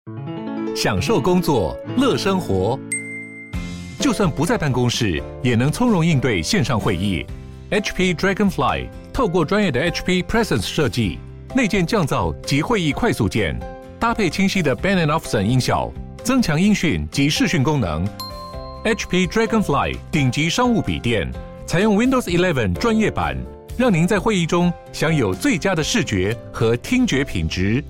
享受工作，乐生活。就算不在办公室，也能从容应对线上会议。HP Dragonfly 透过专业的 HP Presence 设计，内建降噪及会议快速键，搭配清晰的 Bang & Olufsen 音效，增强音讯及视讯功能。HP Dragonfly 顶级商务笔电，采用 Windows 11专业版，让您在会议中享有最佳的视觉和听觉品质。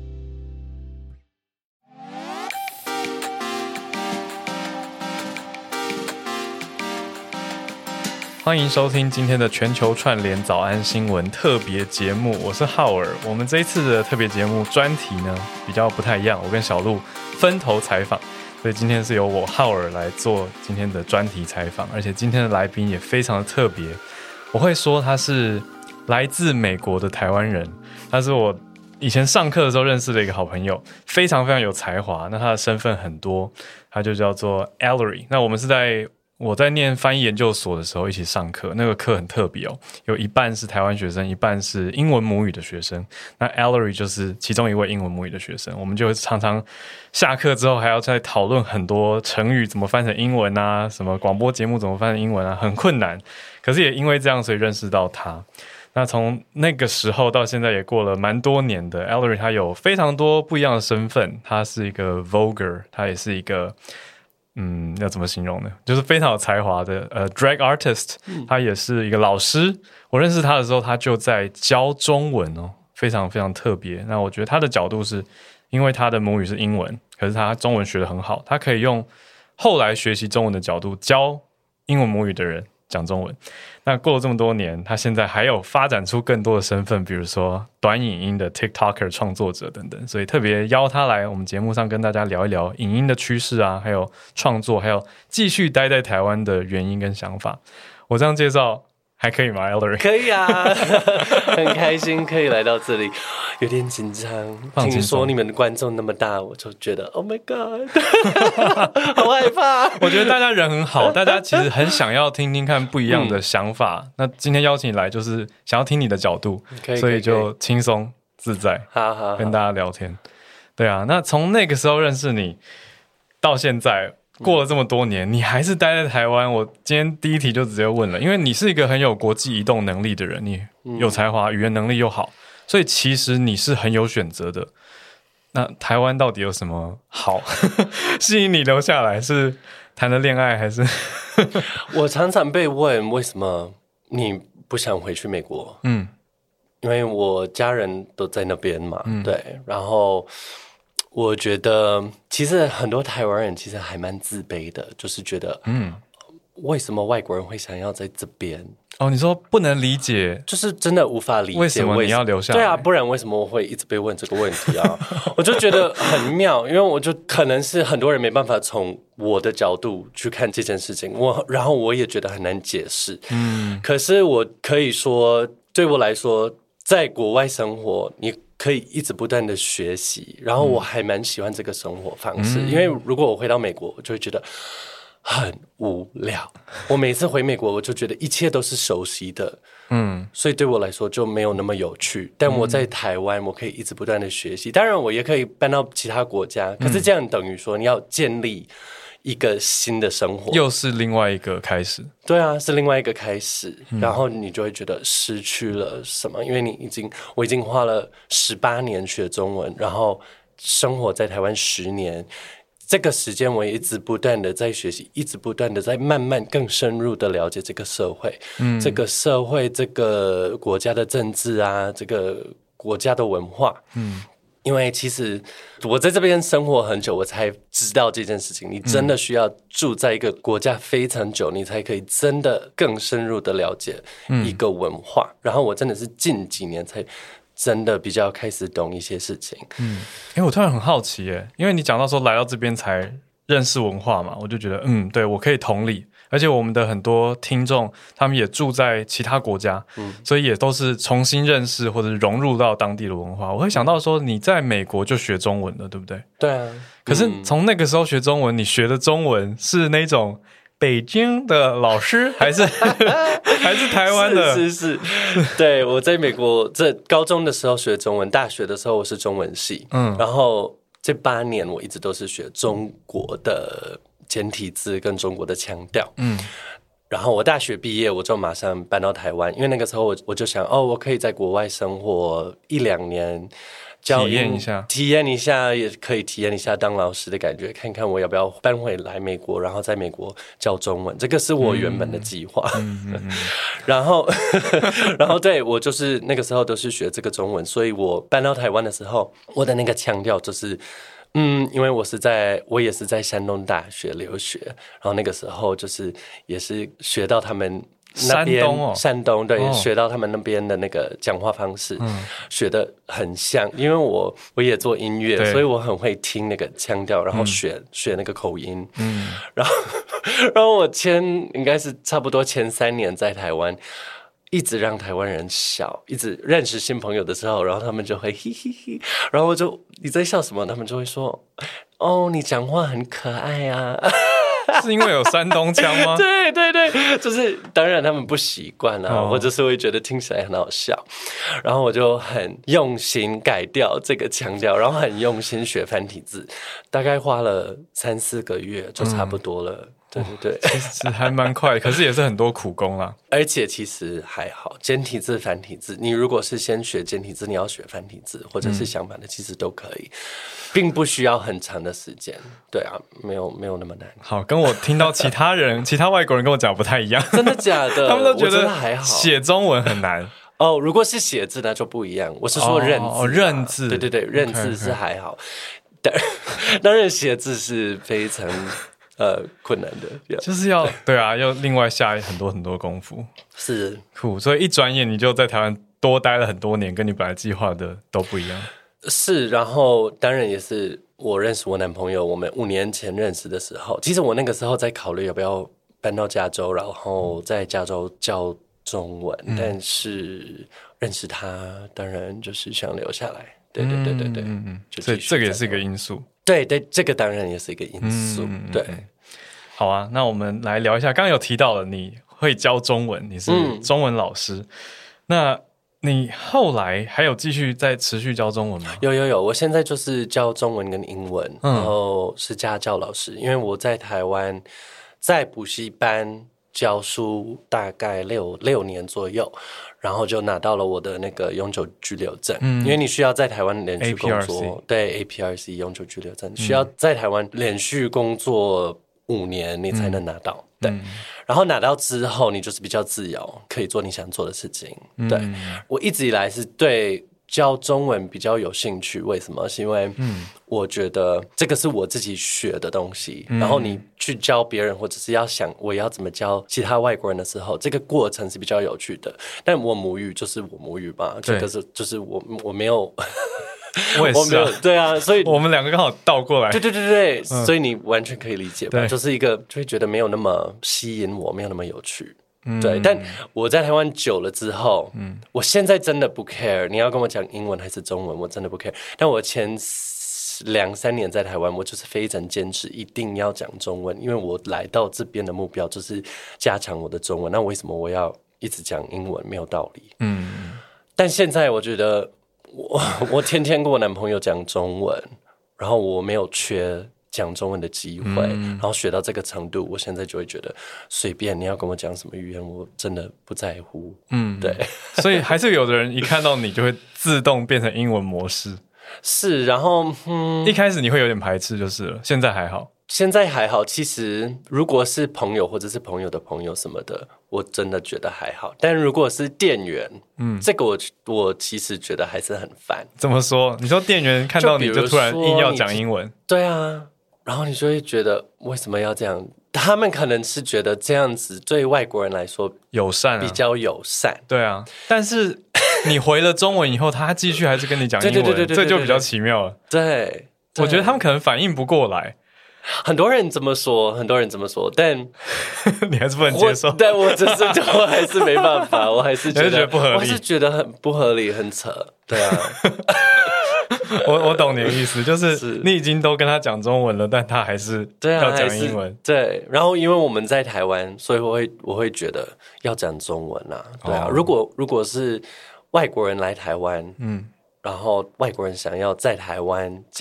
欢迎收听今天的全球串联早安新闻特别节目，我是浩尔。我们这一次的特别节目专题呢比较不太一样，我跟小鹿分头采访，所以今天是由我浩尔来做今天的专题采访，而且今天的来宾也非常的特别，我会说他是来自美国的台湾人，他是我以前上课的时候认识的一个好朋友，非常非常有才华，那他的身份很多，他就叫做 Ellery。 那我在念翻译研究所的时候一起上课，那个课很特别哦，有一半是台湾学生，一半是英文母语的学生。那 Ellery 就是其中一位英文母语的学生，我们就常常下课之后还要再讨论很多成语怎么翻成英文啊，什么广播节目怎么翻成英文啊，很困难。可是也因为这样，所以认识到他。那从那个时候到现在也过了蛮多年的 Ellery， 他有非常多不一样的身份，他是一个 Voguer， 他也是一个要怎么形容呢？就是非常有才华的drag artist， 他也是一个老师。我认识他的时候，他就在教中文哦，非常非常特别。那我觉得他的角度是，因为他的母语是英文，可是他中文学得很好，他可以用后来学习中文的角度教英文母语的人讲中文。那过了这么多年，他现在还有发展出更多的身份，比如说短影音的 TikToker 创作者等等，所以特别邀他来我们节目上跟大家聊一聊影音的趋势啊，还有创作，还有继续待在台湾的原因跟想法。我这样介绍还可以吗 Ellery？ 可以啊，很开心可以来到这里，有点紧张。听说你们的观众那么大，我就觉得 Oh my God， 好害怕。 我觉得大家人很好，大家其实很想要听听看不一样的想法。那今天邀请你来，就是想要听你的角度，所以就轻松自在， 好跟大家聊天。对啊，那从那个时候认识你到现在。过了这么多年，你还是待在台湾。我今天第一题就直接问了，因为你是一个很有国际移动能力的人，你有才华，语言能力又好，所以其实你是很有选择的。那台湾到底有什么好吸引你留下来？是谈了恋爱还是我常常被问为什么你不想回去美国？因为我家人都在那边嘛，对，然后我觉得其实很多台湾人其实还蛮自卑的，就是觉得为什么外国人会想要在这边？ 哦，你说不能理解， 就是真的无法理解为什么你要留下来？ 对啊，不然为什么我会一直被问这个问题啊？我就觉得很妙，因为我就可能是很多人没办法从我的角度去看这件事情，然后我也觉得很难解释。可是我可以说，对我来说，在国外生活，你可以一直不断的学习，然后我还蛮喜欢这个生活方式，因为如果我回到美国，我就会觉得很无聊。我每次回美国，我就觉得一切都是熟悉的，所以对我来说就没有那么有趣。但我在台湾，我可以一直不断的学习，当然我也可以搬到其他国家，可是这样等于说你要建立一个新的生活， 又是另外一个开始。 对啊，是另外一个开始，然后你就会觉得失去了什么，因为我已经花了18年学中文，然后生活在台湾10年，这个时间我也一直不断的在学习，一直不断的在慢慢更深入的了解这个社会，这个社会，这个国家的政治啊，这个国家的文化，因为其实我在这边生活很久，我才知道这件事情。你真的需要住在一个国家非常久，你才可以真的更深入的了解一个文化。然后我真的是近几年才真的比较开始懂一些事情。 我突然很好奇耶，因为你讲到说来到这边才认识文化嘛，我就觉得对，我可以同理。而且我们的很多听众他们也住在其他国家，所以也都是重新认识或者融入到当地的文化。我会想到说你在美国就学中文了，对不对？ 对啊。 可是从那个时候学中文，你学的中文是那种北京的老师还是还是台湾的？ 是对，我在美国这高中的时候学中文，大学的时候我是中文系，然后这8年我一直都是学中国的简体字跟中国的腔调。然后我大学毕业，我就马上搬到台湾，因为那个时候我就想，我可以在国外生活1-2年， 体验一下， 也可以体验一下当老师的感觉，看看我要不要搬回来美国，然后在美国教中文，这个是我原本的计划。然后对，我就是那个时候都是学这个中文，所以我搬到台湾的时候，我的那个腔调就是。因为我也是在山东大学留学，然后那个时候就是也是学到他们那边山东对，学到他们那边的那个讲话方式，学得很像。因为我也做音乐，所以我很会听那个腔调，然后学那个口音。然后我应该是差不多前3年在台湾。一直让台湾人笑，一直认识新朋友的时候，然后他们就会嘿嘿嘿，然后你在笑什么？他们就会说，你讲话很可爱啊。 是因为有山东腔吗？ 对对对，就是当然他们不习惯啊，或者是会觉得听起来很好笑，然后我就很用心改掉这个腔调，然后很用心学繁体字，大概花了3-4个月就差不多了。对对对， 其实还蛮快，可是也是很多苦功啦。 而且其实还好，简体字、繁体字，你如果是先学简体字，你要学繁体字，或者是相反的，其实都可以，并不需要很长的时间。对啊，没有那么难。 好，跟我听到其他外国人跟我讲不太一样。 真的假的？ 他们都觉得还好， 写中文很难。 如果是写字那就不一样。我是说认字， 认字， 对对对，认字是还好，当然写字是非常。困难的， 就是要另外下很多很多功夫， 是酷。所以一转眼你就在台湾多待了很多年，跟你本来计划的都不一样。 是，然后当然也是我认识我男朋友，我们5年前认识的时候，其实我那个时候在考虑要不要搬到加州，然后在加州教中文，但是认识他，当然就是想留下来。对对对对对， 所以这个也是一个因素。 对对，这个当然也是一个因素。对， 好啊，那我们来聊一下，刚刚有提到了你会教中文，你是中文老师，那你后来还有继续再持续教中文吗？ 有，我现在就是教中文跟英文，然后是家教老师，因为我在台湾在补习班教书大概六年左右，然后就拿到了我的那个永久居留证，因为你需要在台湾连续工作，对 APRC 永久居留证，需要在台湾连续工作5年你才能拿到，对，然后拿到之后你就是比较自由，可以做你想做的事情，对，我一直以来是对教中文比较有兴趣，为什么？是因为我觉得这个是我自己学的东西，然后你去教别人，或者是要想我要怎么教其他外国人的时候，这个过程是比较有趣的。但我母语就是我母语吧，这个是就是我没有。 我也是啊， 对啊，所以我们两个刚好倒过来， 对，所以你完全可以理解吧？就是一个就会觉得没有那么吸引我，没有那么有趣。对，但我在台湾久了之后，我现在真的不 care， 你要跟我讲英文还是中文，我真的不 care。但我前2-3年在台湾，我就是非常坚持一定要讲中文，因为我来到这边的目标就是加强我的中文。那为什么我要一直讲英文？没有道理。但现在我觉得我天天跟我男朋友讲中文，然后我没有缺讲中文的机会，然后学到这个程度，我现在就会觉得随便你要跟我讲什么语言，我真的不在乎。对， 所以还是有的人一看到你就会自动变成英文模式。 是，然后一开始你会有点排斥就是了，现在还好。 现在还好，其实如果是朋友或者是朋友的朋友什么的，我真的觉得还好。但如果是店员，这个我其实觉得还是很烦。 怎么说？你说店员看到你就突然硬要讲英文？ 对啊，然后你就会觉得为什么要这样？他们可能是觉得这样子对外国人来说友善， 比较友善。 对啊，但是你回了中文以后，他继续还是跟你讲英文，这就比较奇妙了。 对， 我觉得他们可能反应不过来。 很多人这么说，但你还是不能接受。 但我还是没办法，我还是觉得不合理， 我还是觉得很不合理，很扯。对啊， 我懂你的意思，就是你已经都跟他讲中文了，但他还是要讲英文。 对，然后因为我们在台湾，所以我会觉得要讲中文啊。对啊，如果是外国人来台湾，然后外国人想要在台湾讲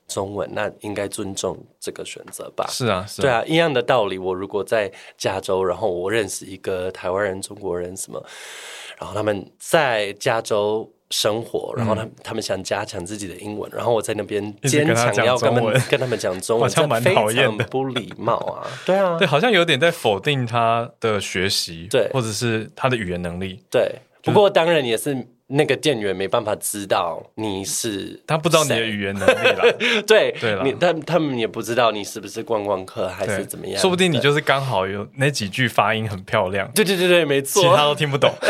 中文，那应该尊重这个选择吧。 是啊，是啊， 对啊，一样的道理。我如果在加州，然后我认识一个台湾人、中国人什么，然后他们在加州生活，然后他们想加强自己的英文，然后我在那边坚强要跟他们讲中文， 好像蛮讨厌的， 非常不礼貌啊。对啊， 对，好像有点在否定他的学习， 对， 或者是他的语言能力。 对，不过当然也是那个店员没办法知道你是， 他不知道你的语言能力啦。 对啦， 他们也不知道你是不是观光客还是怎么样， 说不定你就是刚好有那几句发音很漂亮。 对，没错， 其他都听不懂。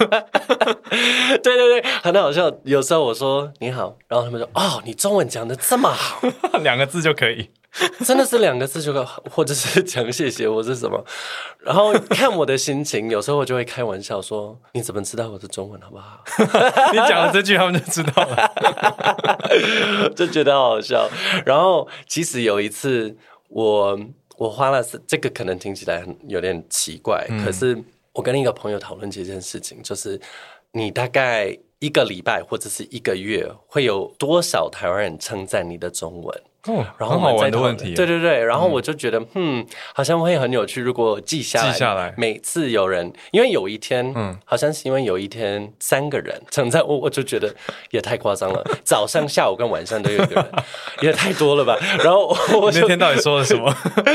对，很好笑。有时候我说你好，然后他们说哦，你中文讲得这么好 ，2个字就可以。 真的是2个字就可以，或者是讲谢谢或是什么，然后看我的心情，有时候我就会开玩笑说：“你怎么知道我的中文好不好？” 你讲了这句，他们就知道了， 就觉得好笑。然后其实有一次我花了这个，可能听起来有点奇怪，可是我跟一个朋友讨论这件事情，就是你大概1个礼拜或者是1个月，会有多少台湾人称赞你的中文？然后很好玩的问题。 对，然后我就觉得好像会很有趣，如果记下来每次有人，因为有一天好像是因为有一天3个人称赞我就觉得也太夸张了，早上下午跟晚上都有一个人，也太多了吧。然后我那天到底说了什么？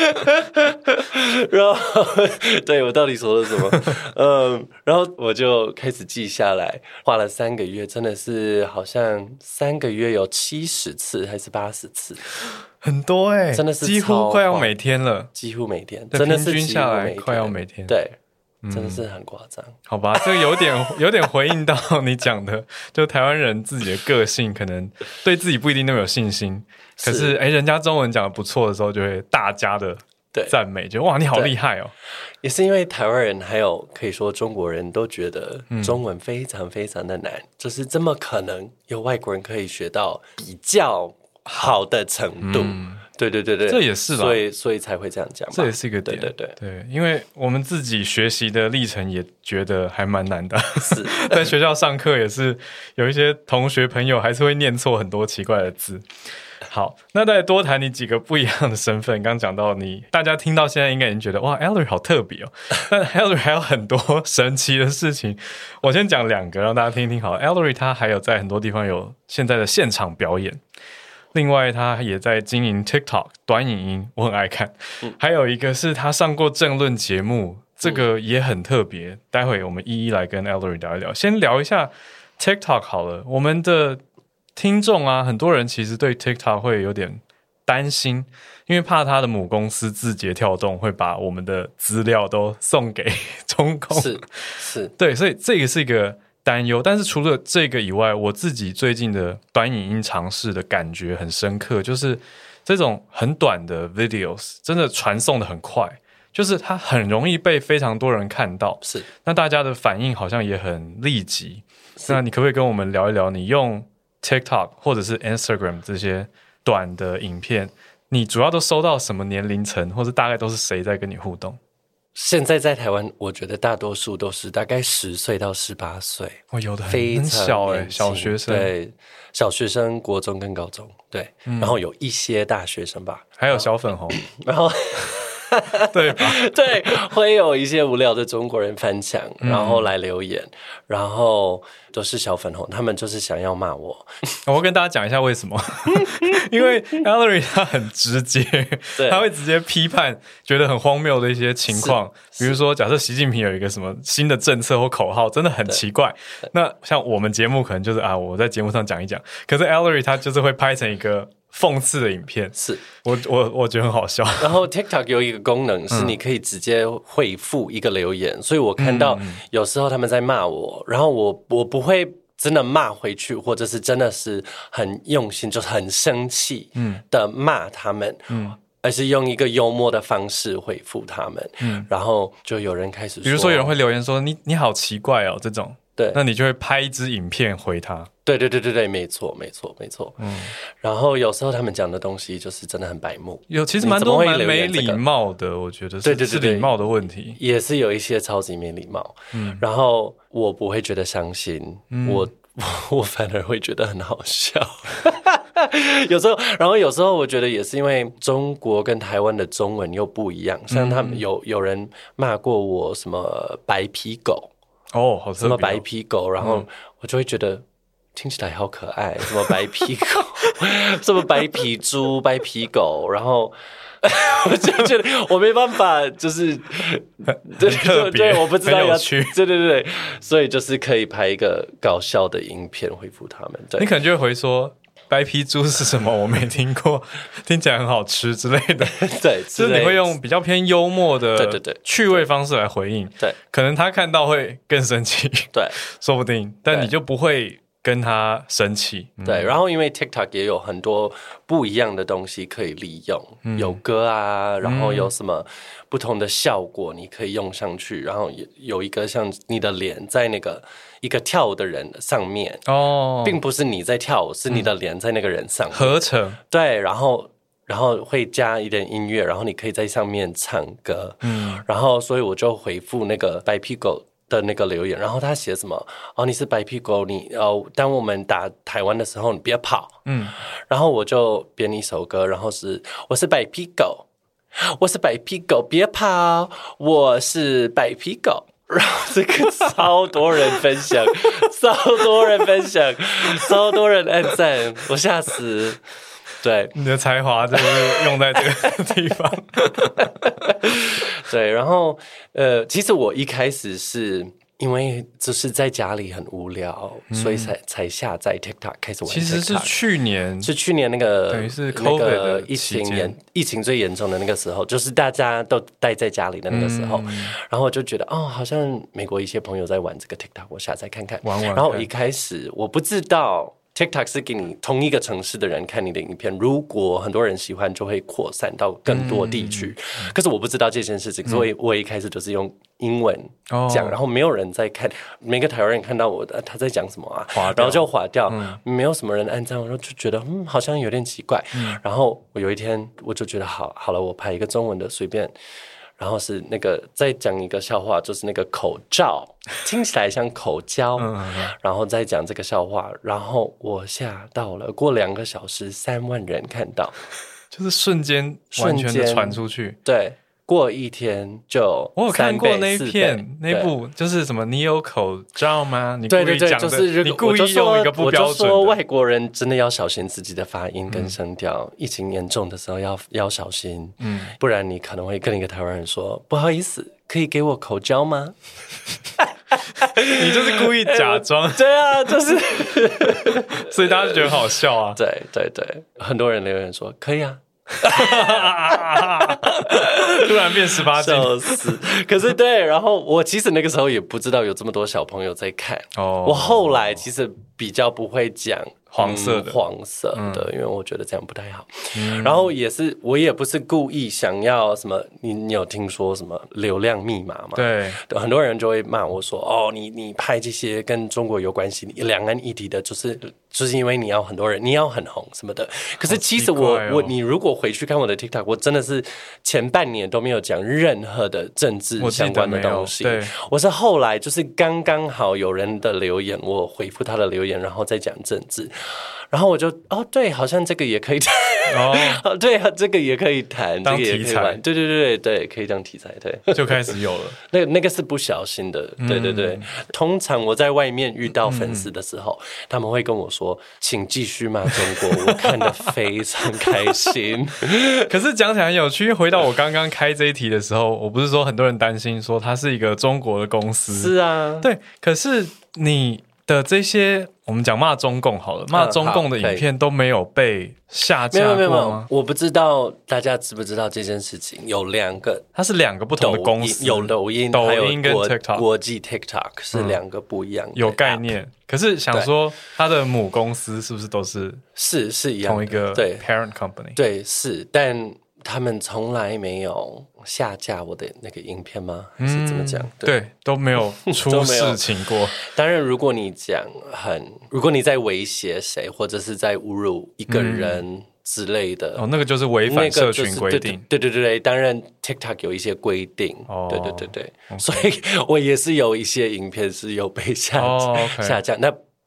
然后对，我到底说了什么？然后我就开始记下来，花了3个月，真的是好像3个月有70次还是80次。 很多真的是几乎快要每天了， 几乎每天，真的是平均下来快要每天， 对，真的是很夸张。 好吧，这个有点回应到你讲的，就台湾人自己的个性，可能对自己不一定那么有信心，可是人家中文讲的不错的时候，就会大家的赞美，就哇你好厉害哦。 也是因为台湾人还有可以说中国人都觉得中文非常非常的难，就是怎么可能有外国人可以学到比较好的程度。对， 这也是吧， 所以才会这样讲， 这也是一个点。对，因为我们自己学习的历程也觉得还蛮难的，是在学校上课也是有一些同学朋友还是会念错很多奇怪的字。好，那再多谈你几个不一样的身份。刚讲到你，大家听到现在应该已经觉得哇 Ellery 好特别哦，但 Ellery 还有很多神奇的事情。我先讲2个让大家听听好了。 Ellery 他还有在很多地方有现在的现场表演，另外他也在经营 TikTok 短影音，我很爱看。还有一个是他上过政论节目，这个也很特别，待会我们一一来跟 Ellery 聊一聊。先聊一下 TikTok 好了，我们的听众啊，很多人其实对 TikTok 会有点担心，因为怕他的母公司字节跳动会把我们的资料都送给中共。是，对，所以这个是一个担忧。但是除了这个以外，我自己最近的短影音尝试的感觉很深刻，就是这种很短的 videos 真的传送的很快，就是它很容易被非常多人看到。是，那大家的反应好像也很立即。那你可不可以跟我们聊一聊，你用TikTok 或者是 Instagram 这些短的影片，你主要都收到什么年龄层，或者大概都是谁在跟你互动？ 现在在台湾，我觉得大多数都是大概10岁到18岁， 有的很小小学生， 对，小学生、国中跟高中，对，然后有一些大学生吧， 还有小粉红， 然后。 对吧？ 对，会有一些无聊的中国人翻墙，然后来留言，然后都是小粉红，他们就是想要骂我。 我会跟大家讲一下为什么，因为 Ellery 他很直接，他会直接批判觉得很荒谬的一些情况，比如说假设习近平有一个什么新的政策或口号，真的很奇怪。那像我们节目可能就是我在节目上讲一讲，可是 Ellery 他就是会拍成一个讽刺的影片，是我觉得很好笑。然后 TikTok 有一个功能是你可以直接回复一个留言，所以我看到有时候他们在骂我，然后我不会真的骂回去，或者是真的是很用心，就是很生气的骂他们，而是用一个幽默的方式回复他们。然后就有人开始说， 比如说有人会留言说你好奇怪哦这种。对，那你就会拍一支影片回他。 对，没错。然后有时候他们讲的东西就是真的很白目， 其实蛮多蛮没礼貌的，我觉得是礼貌的问题， 也是有一些超级没礼貌。然后我不会觉得伤心，我反而会觉得很好笑。 有时候，然后有时候我觉得也是因为中国跟台湾的中文又不一样，像他们有人骂过我什么白皮狗哦，好特别哦， 什么白皮狗，然后我就会觉得听起来好可爱，什么白皮狗，什么白皮猪、白皮狗，然后。我就觉得我没办法，就是对，我不知道要对，所以就是可以拍一个搞笑的影片回复他们。对， 你可能就会回说白皮猪是什么？我没听过，听起来很好吃之类的。 对， 就是你会用比较偏幽默的对趣味方式来回应。 对， 可能他看到会更生气， 对， 说不定，但你就不会跟他生气。 对，然后因为 TikTok 也有很多不一样的东西可以利用，有歌啊，然后有什么不同的效果你可以用上去，然后有一个像你的脸在那个一个跳舞的人上面哦，并不是你在跳舞，是你的脸在那个人上面合成。 对，然后会加一点音乐，然后你可以在上面唱歌，然后所以我就回复那个白皮狗的那个留言，然后他写什么？哦，你是白皮狗，当我们打台湾的时候，你别跑。然后我就编一首歌，然后我是白皮狗，我是白皮狗，别跑，我是白皮狗。然后这个超多人分享，超多人按赞，我吓死。对， 你的才华就是用在这个地方。 对，然后其实我一开始是因为就是在家里很无聊，所以才下载 TikTok 开始玩 TikTok。 其实是去年那个等于是 COVID 的疫情最严重的那个时候，就是大家都待在家里的那个时候，然后我就觉得好像美国一些朋友在玩这个 TikTok， 我下载看看。然后一开始我不知道。TikTok 是给你同一个城市的人看你的影片，如果很多人喜欢，就会扩散到更多地区。可是我不知道这件事情，所以我一开始就是用英文讲，然后没有人在看。每个台湾人看到我的他在讲什么啊，然后就划掉，没有什么人按赞，我就觉得好像有点奇怪。然后我有一天我就觉得好了，我拍一个中文的随便。然后是那个再讲一个笑话，就是那个口罩听起来像口交，然后再讲这个笑话，然后我吓到了，过2个小时3万人看到， 就是瞬间完全的传出去， 对。过一天就我有看过那一片那部就是什么你有口罩吗？你对，就是你故意用一个不标准的。 我就说外国人真的要小心自己的发音跟声调，疫情严重的时候要小心，不然你可能会跟一个台湾人说不好意思，可以给我口罩吗？ 你就是故意假装， 对啊，就是所以大家就觉得很好笑啊。 对，很多人留言说可以啊。 突然变18禁， 笑死！可是对，然后我其实那个时候也不知道有这么多小朋友在看。我后来其实比较不会讲黄色的，因为我觉得这样不太好。然后我也不是故意想要什么，你有听说什么流量密码吗？ 对， 很多人就会骂我说，你拍这些跟中国有关系、两岸议题的，就是因为你要很多人，你要很红什么的。可是其实你如果回去看我的 TikTok， 我真的是前半年都没有讲任何的政治相关的东西。我是后来就是刚刚好有人的留言，我回复他的留言，然后再讲政治。然后我就对，好像这个也可以谈对，这个也可以谈， 当题材， 对，可以当题材，对， 就开始有了。 那个是不小心的，对。通常我在外面遇到粉丝的时候，他们会跟我说：“请继续骂中国。”我看得非常开心。 可是讲起来很有趣，因为回到我刚刚开这一题的时候，我不是说很多人担心说它是一个中国的公司， 是啊， 对。可是你的这些，我们讲骂中共好了，骂中共的影片都没有被下架过吗？没有， 我不知道大家知不知道这件事情。有2个， 它是2个不同的公司， 有抖音跟 TikTok， 国际 TikTok 是2个不一样的， 有概念。可是想说，它的母公司是不是都是一样同一个对 parent company？ 对，是，但他们从来没有下架我的那个影片吗？还是怎么讲？ 对，都没有出事情过。 当然，如果你在威胁谁，或者是在侮辱一个人之类的， 那个就是违反社群规定。 对，当然 TikTok 有一些规定。对，所以我也是有一些影片是有被下架。那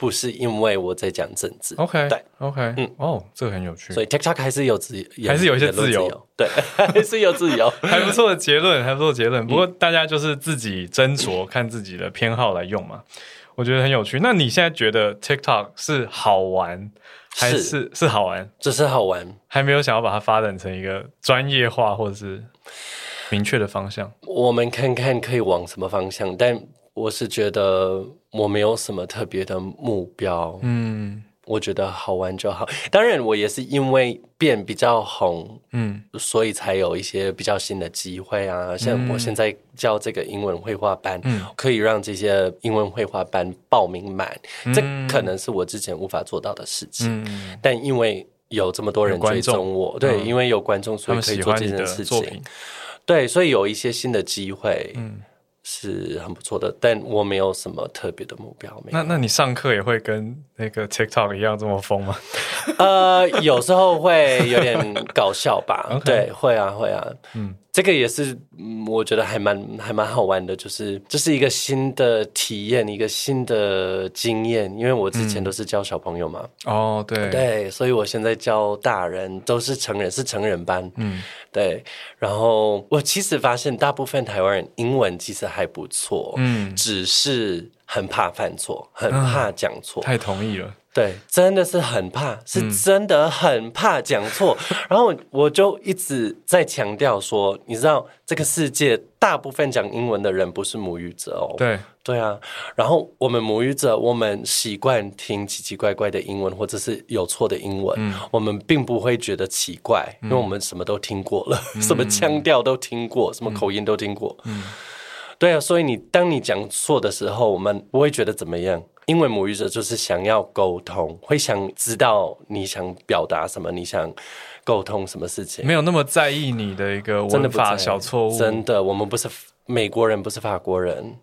不是因为我在讲政治。 OK， 对 ，OK，这个很有趣。 所以 TikTok 还是有还是有一些自由， 对，还是有自由， 还不错的结论，还不错的结论。不过大家就是自己斟酌，看自己的偏好来用嘛。我觉得很有趣。那你现在觉得 TikTok 是好玩，还是好玩？ 只是好玩， 还没有想要把它发展成一个专业化或者是明确的方向。 我们看看可以往什么方向，但我是觉得我没有什么特别的目标。我觉得好玩就好。当然我也是因为变比较红，所以才有一些比较新的机会啊，像我现在教这个英文绘画班，可以让这些英文绘画班报名满，这可能是我之前无法做到的事情，但因为有这么多人追踪我，对，因为有观众，所以可以做这件事情，对，所以有一些新的机会，是很不错的，但我没有什么特别的目标。 那你上课也会跟那个 TikTok 一样这么疯吗？ 有时候会有点搞笑吧。 Okay. 对，会啊。这个也是我觉得还蛮好玩的，就是这是一个新的体验，一个新的经验，因为我之前都是教小朋友嘛。对，所以我现在教大人都是成人班。对，然后我其实发现大部分台湾人英文其实还不错，只是很怕犯错，很怕讲错。 太同意了。 对，真的是很怕，是真的很怕讲错。然后我就一直在强调说，你知道这个世界大部分讲英文的人不是母语者哦。对啊，然后我们母语者，我们习惯听奇奇怪怪的英文，或者是有错的英文，我们并不会觉得奇怪，因为我们什么都听过了，什么腔调都听过，什么口音都听过。对啊，所以当你讲错的时候，我们不会觉得怎么样。因为母语者就是想要沟通，会想知道你想表达什么，你想沟通什么事情， 没有那么在意你的一个文法小错误。 真的，我们不是美国人，不是法国人，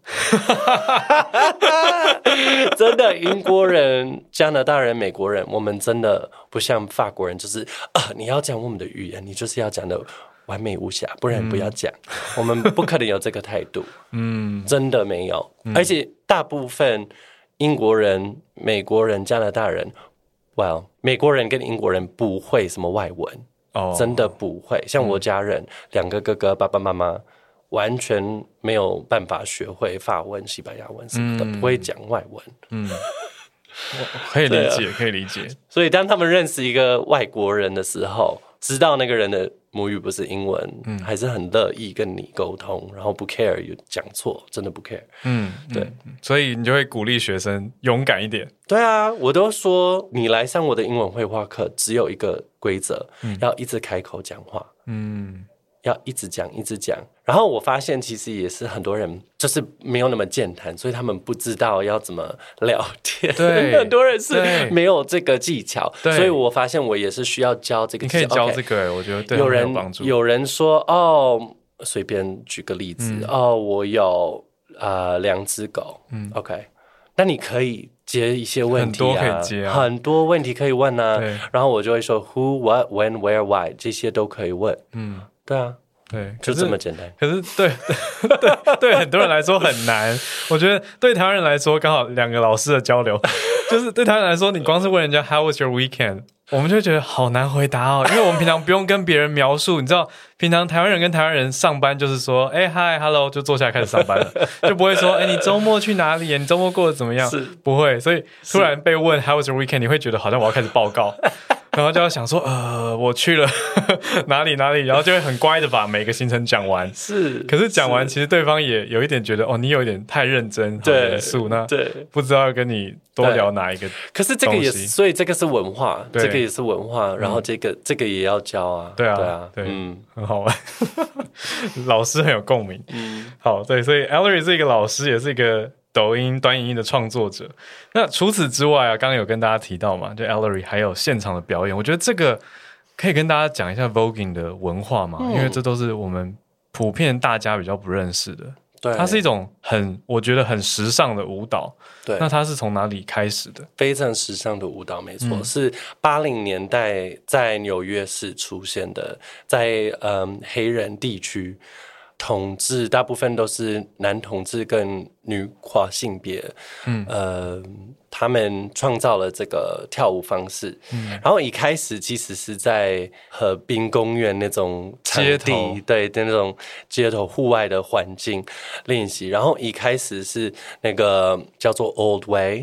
真的英国人、加拿大人、美国人，我们真的不像法国人，就是你要讲我们的语言，你就是要讲的完美无瑕，不然不要讲。我们不可能有这个态度，真的没有。而且大部分英国人、美国人、加拿大人，美国人跟英国人不会什么外文，真的不会。像我家人2个哥哥、爸爸妈妈，完全没有办法学会法文、西班牙文什么的，不会讲外文。 可以理解，可以理解。 所以当他们认识一个外国人的时候，知道那个人的母语不是英文，还是很乐意跟你沟通，然后不 care 有讲错，真的不 care。对， 所以你就会鼓励学生勇敢一点。 对啊，我都说你来上我的英文绘画课，只有一个规则，要一直开口讲话。要一直讲一直讲，然后我发现其实也是很多人就是没有那么健谈，所以他们不知道要怎么聊天。 对， 很多人是没有这个技巧，所以我发现我也是需要教这个技巧。 你可以教这个，我觉得对他们有帮助。 有人说随便举个例子，我有2只狗，OK， 那你可以接一些问题啊， 很多可以接啊， 很多问题可以问啊。然后我就会说 who, what, when, where, why 这些都可以问。对啊， 对， 就这么简单。 可是对很多人来说很难。我觉得对台湾人来说，刚好2个老师的交流，就是对台湾人来说，你光是问人家 How was your weekend， 我们就觉得好难回答哦，因为我们平常不用跟别人描述，你知道，平常台湾人跟台湾人上班就是说，hi hello 就坐下来开始上班了，就不会说，你周末去哪里？你周末过得怎么样？不会，所以突然被问 How was your weekend， 你会觉得好像我要开始报告。然后就要想说，我去了哪里，然后就会很乖的把每个行程讲完。可是讲完，其实对方也有一点觉得，你有一点太认真、很严肃，那不知道要跟你多聊哪一个。 可是这个也，所以这个是文化，这个也是文化，然后这个也要教啊。 对，很好玩，老师很有共鸣。好，对，所以 Ellery 是一个老师，也是一个抖音短影音的创作者。那除此之外啊，刚刚有跟大家提到嘛，就 Ellery 还有现场的表演，我觉得这个可以跟大家讲一下 Voguing 的文化嘛，因为这都是我们普遍大家比较不认识的。对，它是一种我觉得很时尚的舞蹈。对，那它是从哪里开始的？ 非常时尚的舞蹈，没错，是80年代在纽约市出现的，在黑人地区。 同志大部分都是男同志跟女跨性别，他们创造了这个跳舞方式，然后一开始其实是在河滨公园那种场地，对，那种街头户外的环境练习，然后一开始是那个叫做 Old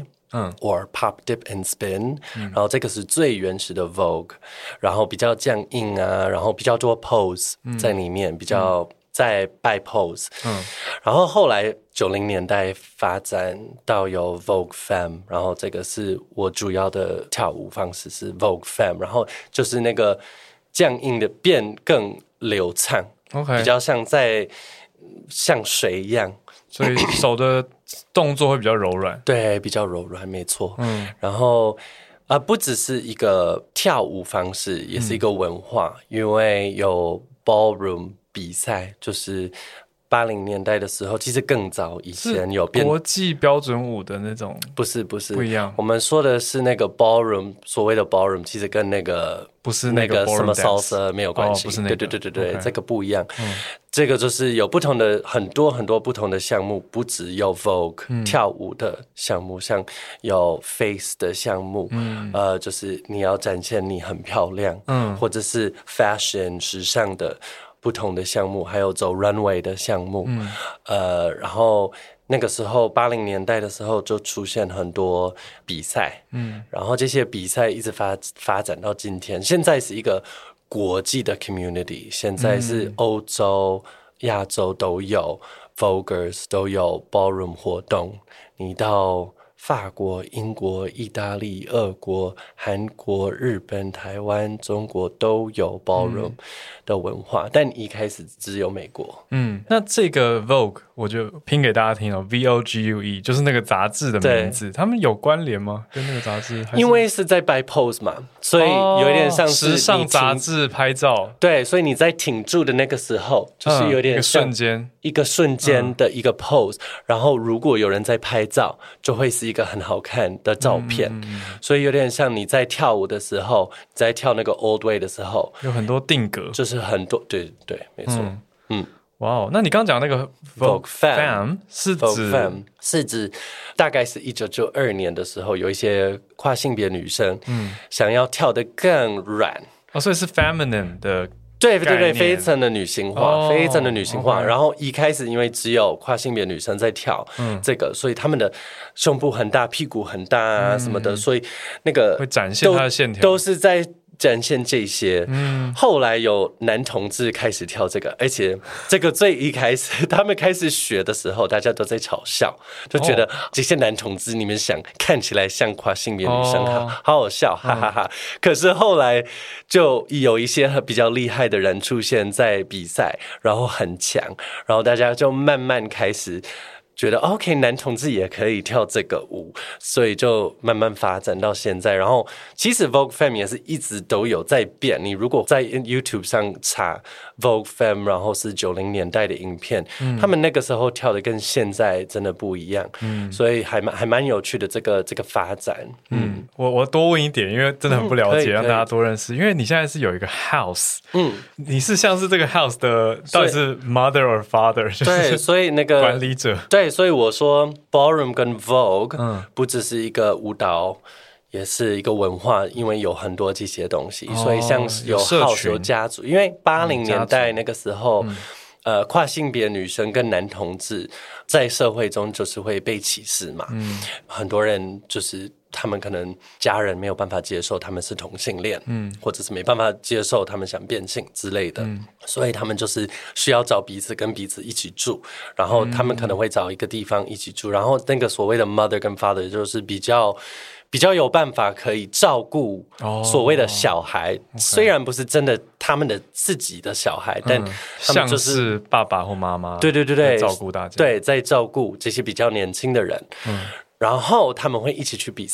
Way。or pop dip and spin，然后这个是最原始的 Vogue， 然后比较僵硬啊，然后比较多 pose 在里面，比较在摆 pose，然后后来90年代发展到有 Vogue Femme， 然后这个是我主要的跳舞方式是 Vogue Femme， 然后就是那个僵硬的变更流畅，比较像水一样。 所以手的动作会比较柔软， 对，比较柔软，没错。然后不只是一个跳舞方式，也是一个文化，因为有 ballroom 比赛，就是80年代的时候，其实更早以前有国际标准舞的那种， 不是不一样。 我们说的是那个 ballroom， 所谓的 ballroom 其实跟那个不是那个什么 salsa 没有关系， 不是那个， 对，这个不一样。这个就是有不同的很多不同的项目，不只有 Vogue 跳舞的项目，像有 face 的项目，就是你要展现你很漂亮，或者是 fashion 时尚的不同的项目，还有走 runway 的项目，然后那个时候80年代的时候就出现很多比赛，然后这些比赛一直发展到今天，现在是一个国际的 community， 现在是欧洲、亚洲都有 Voguers 都有 ballroom 活动，你到法国、英国、意大利、俄国、韩国、日本、台湾、中国都有 ballroom 的文化，但一开始只有美国。 那这个 Vogue 我就拼给大家听，VOGUE 就是那个杂志的名字，他们有关联吗？跟那个杂志？ 因为是在摆 pose 嘛，所以有点像是时尚杂志拍照。 对，所以你在挺住的那个时候，就是有点像一个瞬间的一个 pose，然后如果有人在拍照，就会是一个很好看的照片，所以有点像你在跳舞的时候，在跳那个 Old Way 的时候， 有很多定格， 就是很多，对，没错， 哇哦，那你刚刚讲那个 Vogue Femme 是指大概是1992年的时候，有一些跨性别女生，想要跳得更软， 所以是 feminine 的。 对，非常的女性化，非常的女性化。然后一开始因为只有跨性别女生在跳这个，所以他们的胸部很大、屁股很大啊什么的，所以那个会展现她的线条， 都是在展现这些。后来有男同志开始跳这个，而且这个最一开始他们开始学的时候，大家都在嘲笑，就觉得这些男同志你们想看起来像跨性别女生，好好笑，哈哈哈。可是后来就有一些比较厉害的人出现在比赛，然后很强，然后大家就慢慢开始觉得 OK， 男同志也可以跳这个舞，所以就慢慢发展到现在。然后其实 Vogue Femme 也是一直都有在变，你如果在 YouTube 上查 Vogue Femme， 然后是90年代的影片，他们那个时候跳的跟现在真的不一样，所以还蛮有趣的这个发展。 我多问一点，因为真的很不了解，让大家多认识。因为你现在是有一个 house，你是像是这个 house 的到底是 mother or father， 对，所以那个管理者， 对，所以我说 ballroom 跟 Vogue 不只是一个舞蹈，也是一个文化，因为有很多这些东西，所以像有 house 有家族，因为80年代那个时候。跨性别女生跟男同志在社会中就是会被歧视嘛，很多人就是他们可能家人没有办法接受他们是同性恋，或者是没办法接受他们想变性之类的，所以他们就是需要找彼此跟彼此一起住，然后他们可能会找一个地方一起住，然后那个所谓的 mother 跟 father 就是比较有办法可以照顾所谓的小孩，虽然不是真的他们的自己的小孩，但他们就是像是爸爸或妈妈， 对， 照顾大家， 对，在照顾这些比较年轻的人，然后他们会一起去比赛，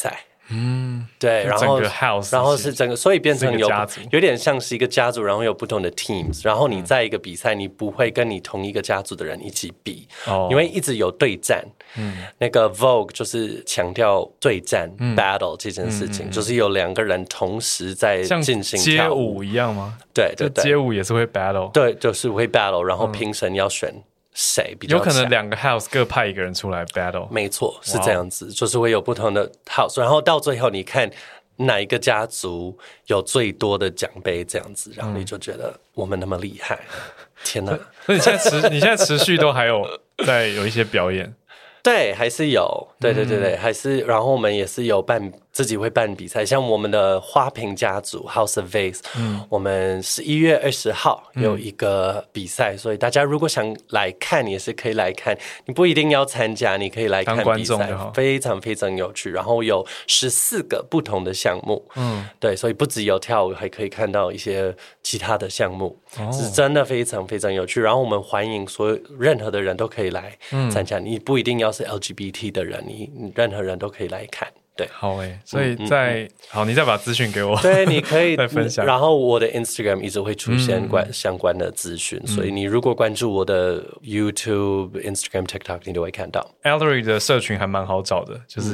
对，然后整个 house， 然后是整个，所以变成有点像是一个家族，然后有不同的 teams， 然后你在一个比赛，你不会跟你同一个家族的人一起比，因为一直有对战。那个 Vogue 就是强调对战、battle 这件事情，就是有2个人同时在进行街舞一样吗？ 对对对， 街舞也是会 battle， 对，就是会 battle， 然后评审要选谁比较强， 有可能2个 house 各派1个人出来 battle， 没错，是这样子，就是会有不同的 house， 然后到最后你看哪一个家族有最多的奖杯这样子，然后你就觉得我们那么厉害，天哪！ 所以你现在持续都还有在有一些表演。 对，还是有，对，还是，然后我们也是有自己会办比赛，像我们的花瓶家族 House of Vase，我们11月20号有一个比赛，所以大家如果想来看也是可以来看，你不一定要参加，你可以来看比赛，非常非常有趣，然后有14个不同的项目，对，所以不只有跳舞，还可以看到一些其他的项目，是真的非常非常有趣，然后我们欢迎任何的人都可以来参加，你不一定要是 LGBT 的人，你任何人都可以来看。对， 好所以好，你再把资讯给我。 对，你可以再分享。 然后我的 Instagram 一直会出现相关的资讯，所以你如果关注我的 YouTube、Instagram、TikTok， 你都会看到。 Ellery 的社群还蛮好找的，就是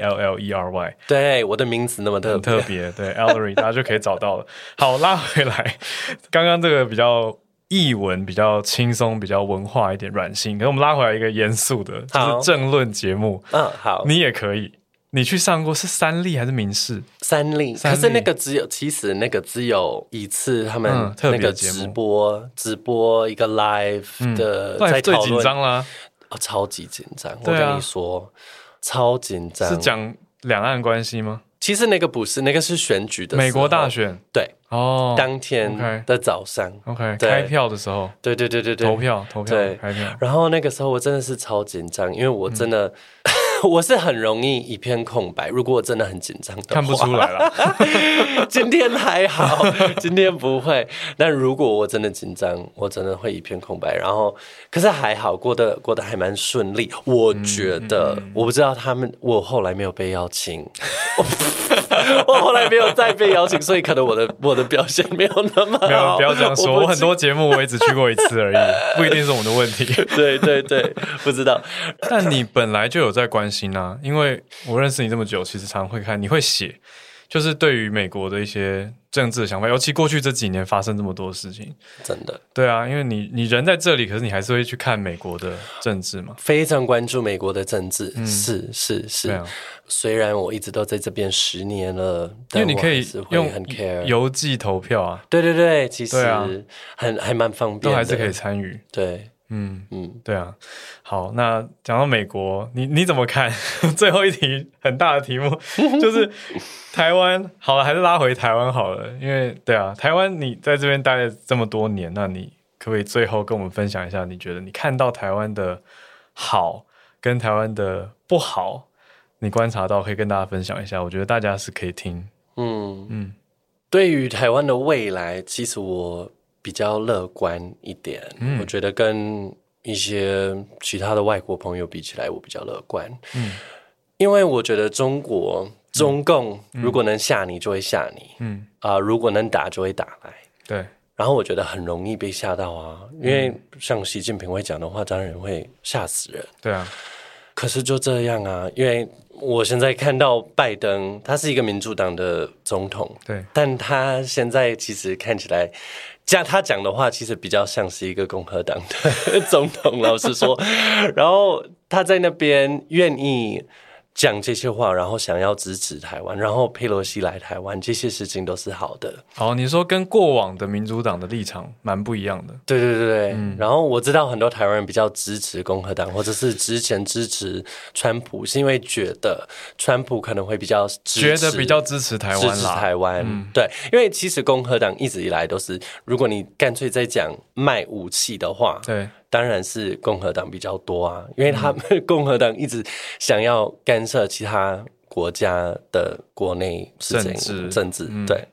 ELLERY。 对，我的名字那么特别，对 Ellery 大家就可以找到了。好，拉回来，刚刚这个比较艺文、比较轻松、比较文化一点软性，可是我们拉回来一个严肃的，就是政论节目。 好， 你也可以。你去上过是3立还是民视 ？3立，可是那个其实那个只有一次，他们那个直播一个 live 的，在最紧张啦， 超级紧张，我跟你说，超紧张。 是讲两岸关系吗？ 其实那个不是，那个是选举的时候， 美国大选， 对，当天的早上 ，OK， 开票的时候， 对， 投票， 对， 开票。 然后那个时候我真的是超紧张，因为我真的。我是很容易一片空白，如果我真的很紧张的话， 看不出来了。 今天还好，今天不会。但如果我真的紧张，我真的会一片空白。然后，可是还好，过得还蛮顺利。我觉得，我不知道我后来没有被邀请，我后来没有再被邀请，所以可能我的表现没有那么好。 没有，不要这样说。我很多节目我也只去过1次而已，不一定是我们的问题。 对，不知道。 但你本来就有在关心啊，因为我认识你这么久，其实常会看，你会写，就是对于美国的一些政治的想法，尤其过去这几年发生这么多事情， 真的。对啊，因为你人在这里，可是你还是会去看美国的政治嘛， 非常关注美国的政治，是。虽然我一直都在这边10年了， 因为你可以用很 care 邮寄投票啊， 对，其实还蛮方便的， 都还是可以参与， 对。 对啊。好，那讲到美国，你怎么看？最后一题很大的题目就是台湾。好了，还是拉回台湾好了，因为对啊，台湾你在这边待了这么多年，那你可不可以最后跟我们分享一下，你觉得你看到台湾的好跟台湾的不好，你观察到可以跟大家分享一下，我觉得大家是可以听。 对于台湾的未来，其实我比较乐观一点，我觉得跟一些其他的外国朋友比起来，我比较乐观。因为我觉得中共如果能吓你就会吓你，如果能打就会打来。 对。 然后我觉得很容易被吓到啊，因为像习近平会讲的话，当然会吓死人。对啊。可是就这样啊，因为我现在看到拜登，他是一个民主党的总统，对，但他现在其实看起来，他讲的话其实比较像是一个共和党的总统，老实说。然后他在那边愿意讲这些话，然后想要支持台湾，然后佩洛西来台湾，这些事情都是好的。 好，你说跟过往的民主党的立场蛮不一样的。 对，然后我知道很多台湾人比较支持共和党，或者是之前支持川普，是因为觉得川普可能会比较支持台湾啦，支持台湾。对，因为其实共和党一直以来都是，如果你干脆在讲卖武器的话，对。当然是共和党比较多啊，因为他们共和党一直想要干涉其他国家的国内事情、政治。对，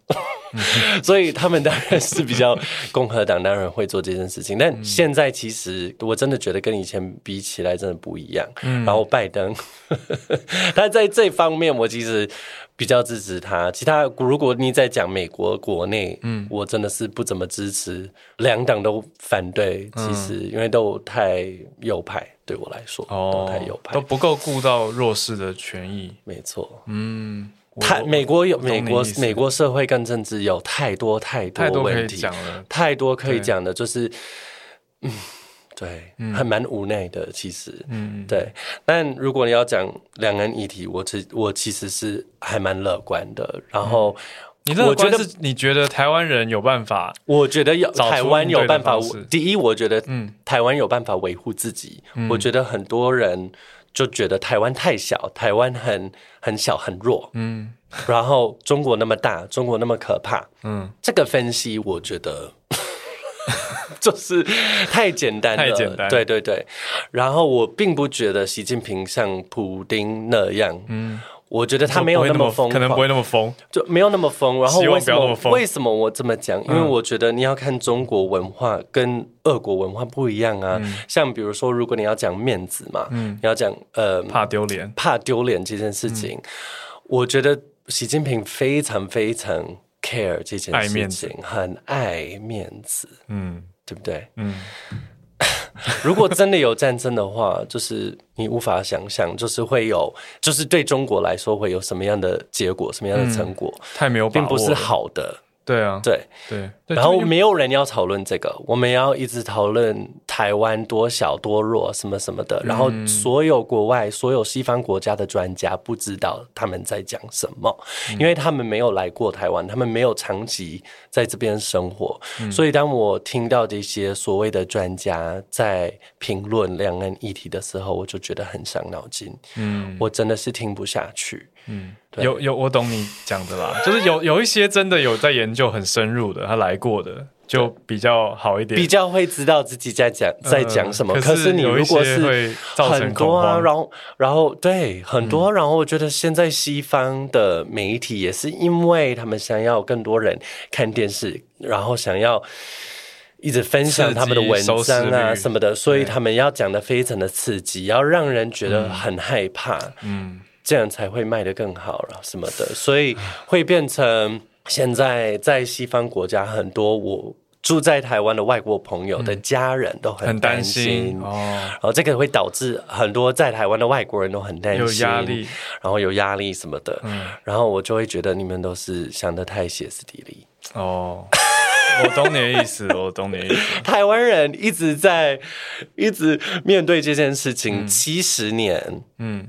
所以他们当然是比较共和党当然会做这件事情，但现在其实我真的觉得跟以前比起来真的不一样。然后拜登他在这方面我其实比较支持他，其他如果你在讲美国国内，我真的是不怎么支持，两党都反对，其实因为都太右派，对我来说，都太右派， 都不够顾到弱势的权益。 没错，美国社会跟政治有太多问题，太多可以讲的，就是对，还蛮无奈的，其实，对。但如果你要讲两岸议题，我其实是还蛮乐观的。然后， 你乐观是你觉得台湾人有办法？ 我觉得台湾有办法。第一，我觉得台湾有办法维护自己。我觉得很多人就觉得台湾太小，台湾很小很弱。然后中国那么大，中国那么可怕。这个分析我觉得。就是太简单了，太简单，对对对。然后我并不觉得习近平像普丁那样，我觉得他没有那么疯， 可能不会那么疯， 就没有那么疯。然后为什么我这么讲？因为我觉得你要看中国文化跟俄国文化不一样啊。像比如说，如果你要讲面子嘛，你要讲怕丢脸这件事情，我觉得习近平非常非常 care 这件事情，很爱面子，对不对？如果真的有战争的话，就是你无法想象，就是对中国来说会有什么样的结果，什么样的成果， 太没有把握了， 并不是好的。 对啊， 对。然后没有人要讨论这个，我们要一直讨论台湾多小多弱什么什么的。然后所有国外、所有西方国家的专家不知道他们在讲什么，因为他们没有来过台湾，他们没有长期在这边生活。所以当我听到这些所谓的专家在评论两岸议题的时候，我就觉得很伤脑筋。我真的是听不下去。 我懂你讲的啦，就是有一些真的有在研究很深入的，他来过的就比较好一点， 比较会知道自己在讲什么。可是你如果是很多啊，然后对很多，然后我觉得现在西方的媒体也是因为他们想要更多人看电视，然后想要一直分享他们的文章啊什么的，所以他们要讲的非常的刺激，要让人觉得很害怕。这样才会卖得更好什么的，所以会变成现在在西方国家很多我住在台湾的外国朋友的家人都很担心然后这个会导致很多在台湾的外国人都很担心， 有压力， 然后有压力什么的，然后我就会觉得你们都是想得太歇斯底里。 我懂你的意思， 台湾人一直面对这件事情70年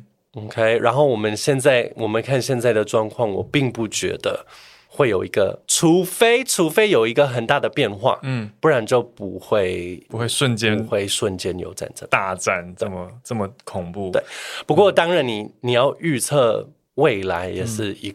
，OK， 然后我们看现在的状况，我并不觉得会有一个，除非有一个很大的变化，不然就不会瞬间有战争大战这么恐怖。 对，不过当然你要预测未来也是一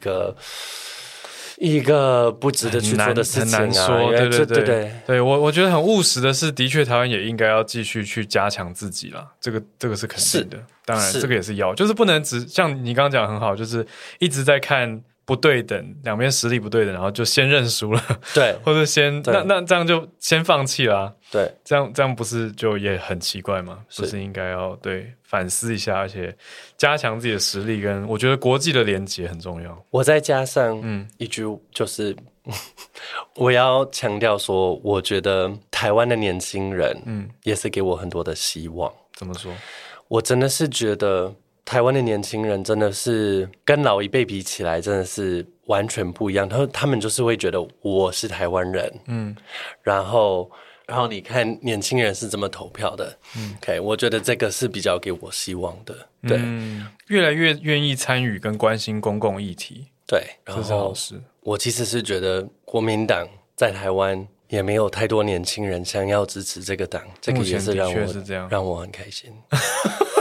个不值得去做的事情啊， 很难说。对，我觉得很务实的是，的确台湾也应该要继续去加强自己啦，这个是肯定的。当然这个也是就是不能只像你刚刚讲很好，就是一直在看不对等，两边实力不对等，然后就先认输了，对，或者那这样就先放弃啦， 对， 这样不是就也很奇怪吗？不是应该要反思一下，而且加强自己的实力，跟我觉得国际的连结很重要。 我再加上一句，就是我要强调说，我觉得台湾的年轻人也是给我很多的希望。 怎么说？ 我真的是觉得台湾的年轻人真的是跟老一辈比起来真的是完全不一样，他们就是会觉得我是台湾人，然后你看年轻人是怎么投票的，OK， 我觉得这个是比较给我希望的，对， 越来越愿意参与跟关心公共议题， 对，然后我其实是觉得国民党在台湾也没有太多年轻人想要支持这个党，这个也是让我很开心。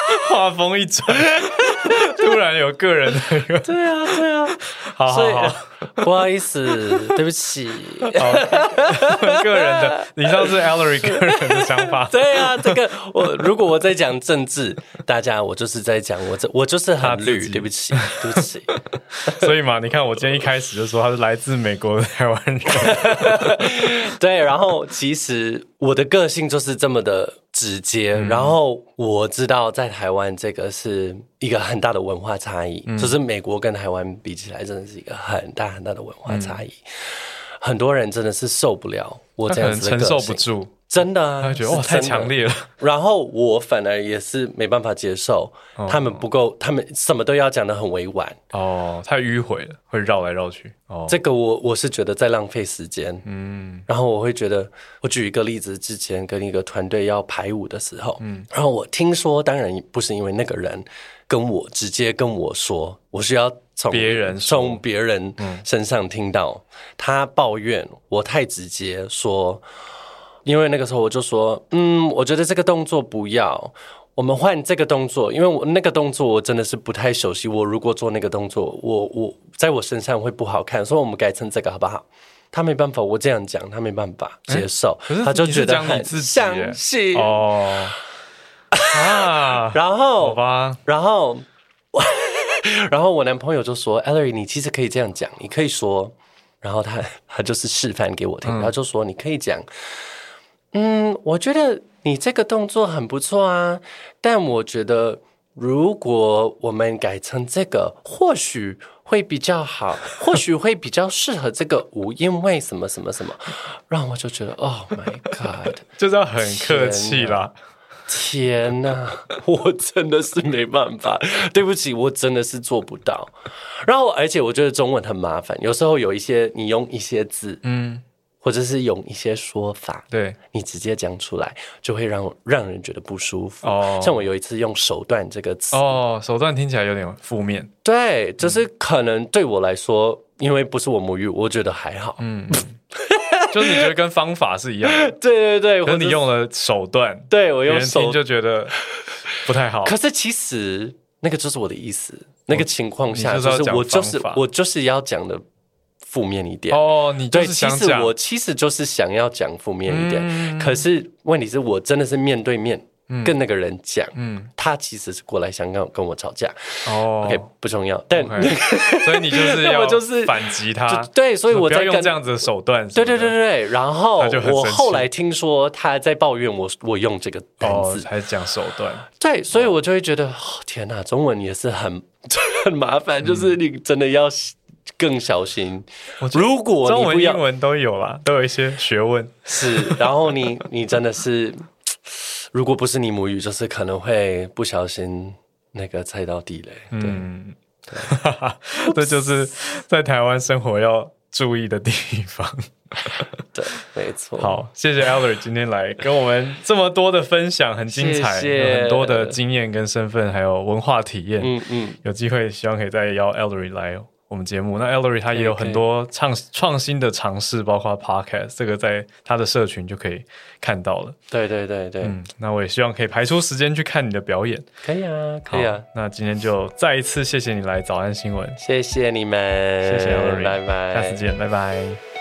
话锋一转，突然有个人的一个， 对啊，对啊， 好， 不好意思，对不起， 个人的，以上是 Ellery 个人的想法。 对啊，这个如果我在讲政治，大家我就是在讲我就是很绿，对不起，对不起。 所以嘛，你看我今天一开始就说他是来自美国的台湾人， 对，然后其实我的个性就是这么的直接，然后我知道在台湾这个是一个很大的文化差异，就是美国跟台湾比起来，真的是一个很大很大的文化差异。很多人真的是受不了我这样子的个性， 承受不住， 真的啊， 他会觉得哇太强烈了。 然后我反而也是没办法接受，他们不够，他们什么都要讲得很委婉哦，太迂回了，会绕来绕去。哦， 这个我是觉得在浪费时间。然后我会觉得，我举一个例子，之前跟一个团队要排舞的时候，然后我听说，当然不是因为那个人直接跟我说，我是要从别人身上听到他抱怨我太直接说，因为那个时候我就说，我觉得这个动作不要，我们换这个动作，因为我那个动作我真的是不太熟悉，我如果做那个动作，我在我身上会不好看，所以我们改成这个好不好？他没办法，我这样讲，他没办法接受，他就觉得很相信哦啊， 然后好吧， 然后我男朋友就说 Ellery 你其实可以这样讲，你可以说，然后他就是示范给我听，他就说你可以讲，我觉得你这个动作很不错啊，但我觉得如果我们改成这个或许会比较好，或许会比较适合这个舞，因为什么什么什么，让我就觉得 Oh my God 就是要很客气啦。 天哪，我真的是没办法，对不起，我真的是做不到。然后，而且我觉得中文很麻烦，有时候有一些你用一些字，或者是用一些说法， 对， 你直接讲出来，就会让人觉得不舒服。像我有一次用手段这个词， 手段听起来有点负面。 对，就是可能对我来说，因为不是我母语，我觉得还好。 就是你觉得跟方法是一样的， 对对对， 可是你用了手段， 对我用手别人听就觉得不太好。 可是其实那个就是我的意思，那个情况下就是我就是要讲的负面一点你就是想讲， 我其实就是想要讲负面一点，可是问题是我真的是面对面跟那个人讲，他其实是过来想跟我吵架，OK 不重要，但所以你就是要反击他， 对，所以我在不要用这样子的手段， 对，然后我后来听说他在抱怨我用这个单字， 才讲手段， 对，所以我就会觉得天哪，中文也是很麻烦，就是你真的要更小心。如果你中文、英文都有啦，都有一些学问，是， 然后你真的是。如果不是你母语，就是可能会不小心那个踩到地雷。对， 这就是在台湾生活要注意的地方。 对，没错。 好，谢谢 Ellery 今天来跟我们这么多的分享，很精彩， 谢谢有很多的经验跟身份，还有文化体验。有机会希望可以再邀 Ellery 来我们节目。那 Ellery 他也有很多创新的尝试，包括 Podcast， 这个在他的社群就可以看到了。 对， 那我也希望可以排出时间去看你的表演。 可以啊，可以啊。 那今天就再一次谢谢你来早安新闻， 谢谢你们， 谢谢 Ellery， 拜拜， 下次见，拜拜。